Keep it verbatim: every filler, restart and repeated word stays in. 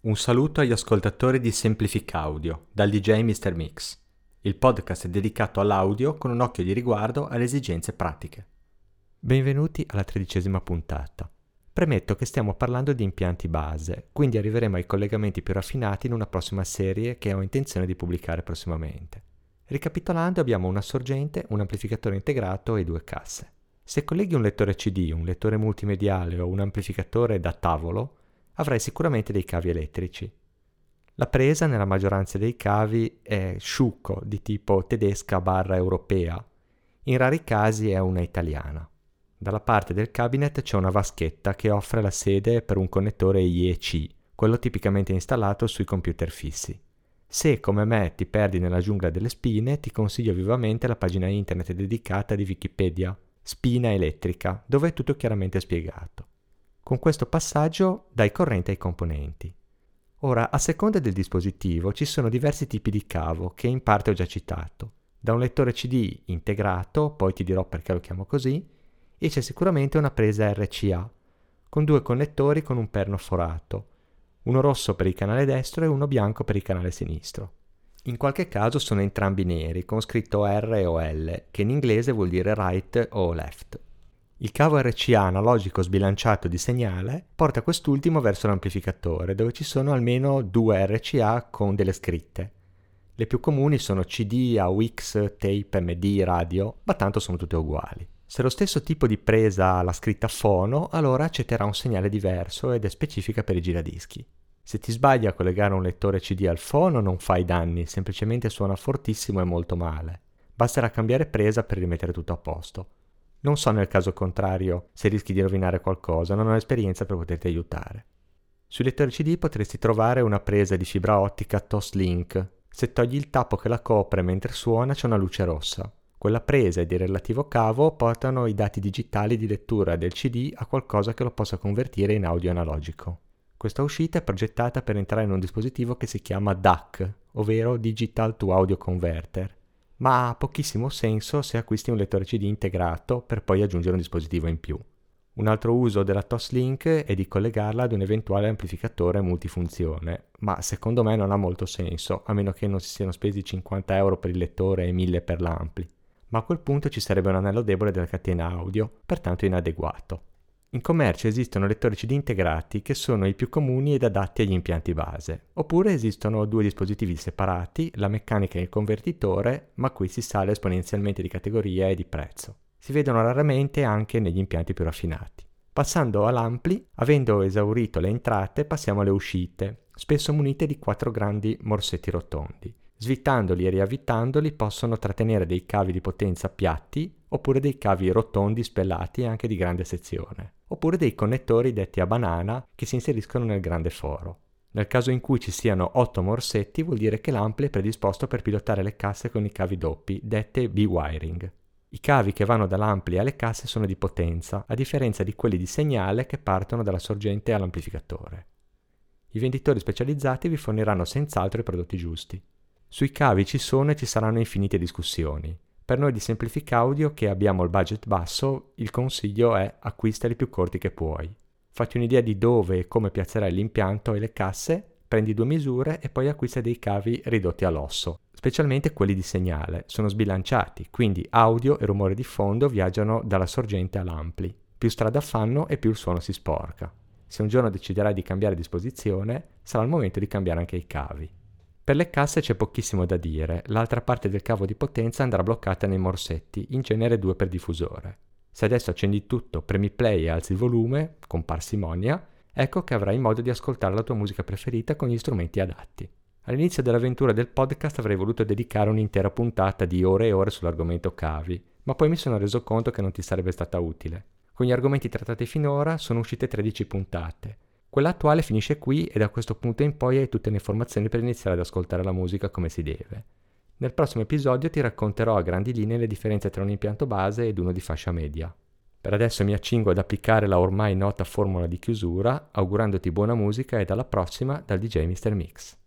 Un saluto agli ascoltatori di Semplifica Audio, dal D J mister Mix. Il podcast è dedicato all'audio con un occhio di riguardo alle esigenze pratiche. Benvenuti alla tredicesima puntata. Premetto che stiamo parlando di impianti base, quindi arriveremo ai collegamenti più raffinati in una prossima serie che ho intenzione di pubblicare prossimamente. Ricapitolando, abbiamo una sorgente, un amplificatore integrato e due casse. Se colleghi un lettore C D, un lettore multimediale o un amplificatore da tavolo, avrai sicuramente dei cavi elettrici. La presa nella maggioranza dei cavi è Schuko di tipo tedesca barra europea, in rari casi è una italiana. Dalla parte del cabinet c'è una vaschetta che offre la sede per un connettore I E C, quello tipicamente installato sui computer fissi. Se, come me, ti perdi nella giungla delle spine, ti consiglio vivamente la pagina internet dedicata di Wikipedia, Spina Elettrica, dove è tutto chiaramente spiegato. Con questo passaggio dai corrente ai componenti. Ora, a seconda del dispositivo, ci sono diversi tipi di cavo che in parte ho già citato. Da un lettore C D integrato, poi ti dirò perché lo chiamo così, e c'è sicuramente una presa R C A, con due connettori con un perno forato, uno rosso per il canale destro e uno bianco per il canale sinistro. In qualche caso sono entrambi neri, con scritto R o L, che in inglese vuol dire right o left. Il cavo R C A analogico sbilanciato di segnale porta quest'ultimo verso l'amplificatore, dove ci sono almeno due R C A con delle scritte. Le più comuni sono C D, A U X, tape, M D, radio, ma tanto sono tutte uguali. Se lo stesso tipo di presa ha la scritta fono, allora accetterà un segnale diverso ed è specifica per i giradischi. Se ti sbagli a collegare un lettore C D al fono non fai danni, semplicemente suona fortissimo e molto male. Basterà cambiare presa per rimettere tutto a posto. Non so nel caso contrario se rischi di rovinare qualcosa, non ho esperienza per poterti aiutare. Sui lettori C D potresti trovare una presa di fibra ottica Toslink. Se togli il tappo che la copre mentre suona c'è una luce rossa. Quella presa ed il relativo cavo portano i dati digitali di lettura del C D a qualcosa che lo possa convertire in audio analogico. Questa uscita è progettata per entrare in un dispositivo che si chiama D A C, ovvero Digital to Audio Converter, ma ha pochissimo senso se acquisti un lettore C D integrato per poi aggiungere un dispositivo in più. Un altro uso della Toslink è di collegarla ad un eventuale amplificatore multifunzione, ma secondo me non ha molto senso, a meno che non si siano spesi cinquanta euro per il lettore e mille per l'ampli. Ma a quel punto ci sarebbe un anello debole della catena audio, pertanto inadeguato. In commercio esistono lettori C D integrati che sono i più comuni ed adatti agli impianti base, oppure esistono due dispositivi separati, la meccanica e il convertitore, ma qui si sale esponenzialmente di categoria e di prezzo. Si vedono raramente anche negli impianti più raffinati. Passando all'ampli, avendo esaurito le entrate, passiamo alle uscite, spesso munite di quattro grandi morsetti rotondi. Svitandoli e riavvitandoli possono trattenere dei cavi di potenza piatti, oppure dei cavi rotondi spellati anche di grande sezione, oppure dei connettori detti a banana che si inseriscono nel grande foro. Nel caso in cui ci siano otto morsetti vuol dire che l'ampli è predisposto per pilotare le casse con i cavi doppi, dette B-wiring. I cavi che vanno dall'ampli alle casse sono di potenza, a differenza di quelli di segnale che partono dalla sorgente all'amplificatore. I venditori specializzati vi forniranno senz'altro i prodotti giusti. Sui cavi ci sono e ci saranno infinite discussioni. Per noi di Semplifica Audio, che abbiamo il budget basso, il consiglio è acquistali più corti che puoi. Fatti un'idea di dove e come piazzerai l'impianto e le casse, prendi due misure e poi acquista dei cavi ridotti all'osso, specialmente quelli di segnale. Sono sbilanciati, quindi audio e rumore di fondo viaggiano dalla sorgente all'ampli. Più strada fanno e più il suono si sporca. Se un giorno deciderai di cambiare disposizione, sarà il momento di cambiare anche i cavi. Per le casse c'è pochissimo da dire, l'altra parte del cavo di potenza andrà bloccata nei morsetti, in genere due per diffusore. Se adesso accendi tutto, premi play e alzi il volume, con parsimonia, ecco che avrai modo di ascoltare la tua musica preferita con gli strumenti adatti. All'inizio dell'avventura del podcast avrei voluto dedicare un'intera puntata di ore e ore sull'argomento cavi, ma poi mi sono reso conto che non ti sarebbe stata utile. Con gli argomenti trattati finora sono uscite tredici puntate. Quella attuale finisce qui e da questo punto in poi hai tutte le informazioni per iniziare ad ascoltare la musica come si deve. Nel prossimo episodio ti racconterò a grandi linee le differenze tra un impianto base ed uno di fascia media. Per adesso mi accingo ad applicare la ormai nota formula di chiusura, augurandoti buona musica e alla prossima dal D J mister Mix.